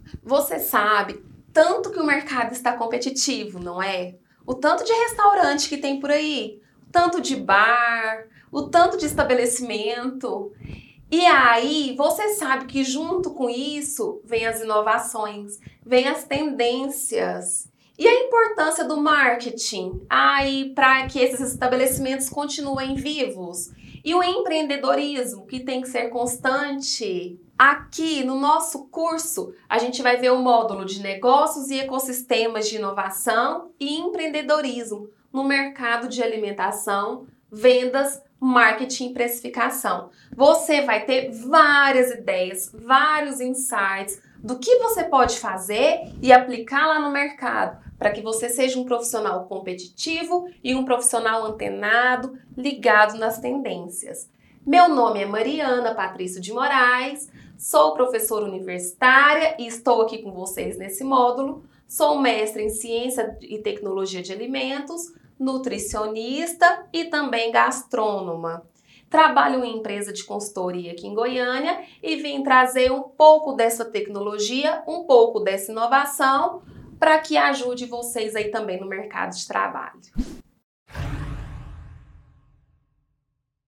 Você sabe tanto que o mercado está competitivo, não é? O tanto de restaurante que tem por aí, o tanto de bar, o tanto de estabelecimento. E aí, você sabe que junto com isso vem as inovações, vem as tendências. E a importância do marketing aí para que esses estabelecimentos continuem vivos. E o empreendedorismo, que tem que ser constante. Aqui no nosso curso, a gente vai ver o módulo de negócios e ecossistemas de inovação e empreendedorismo no mercado de alimentação, vendas, marketing e precificação. Você vai ter várias ideias, vários insights do que você pode fazer e aplicar lá no mercado para que você seja um profissional competitivo e um profissional antenado, ligado nas tendências. Meu nome é Mariana Patrício de Moraes, sou professora universitária e estou aqui com vocês nesse módulo. Sou mestre em Ciência e Tecnologia de Alimentos, nutricionista e também gastrônoma. Trabalho em empresa de consultoria aqui em Goiânia e vim trazer um pouco dessa tecnologia, um pouco dessa inovação para que ajude vocês aí também no mercado de trabalho.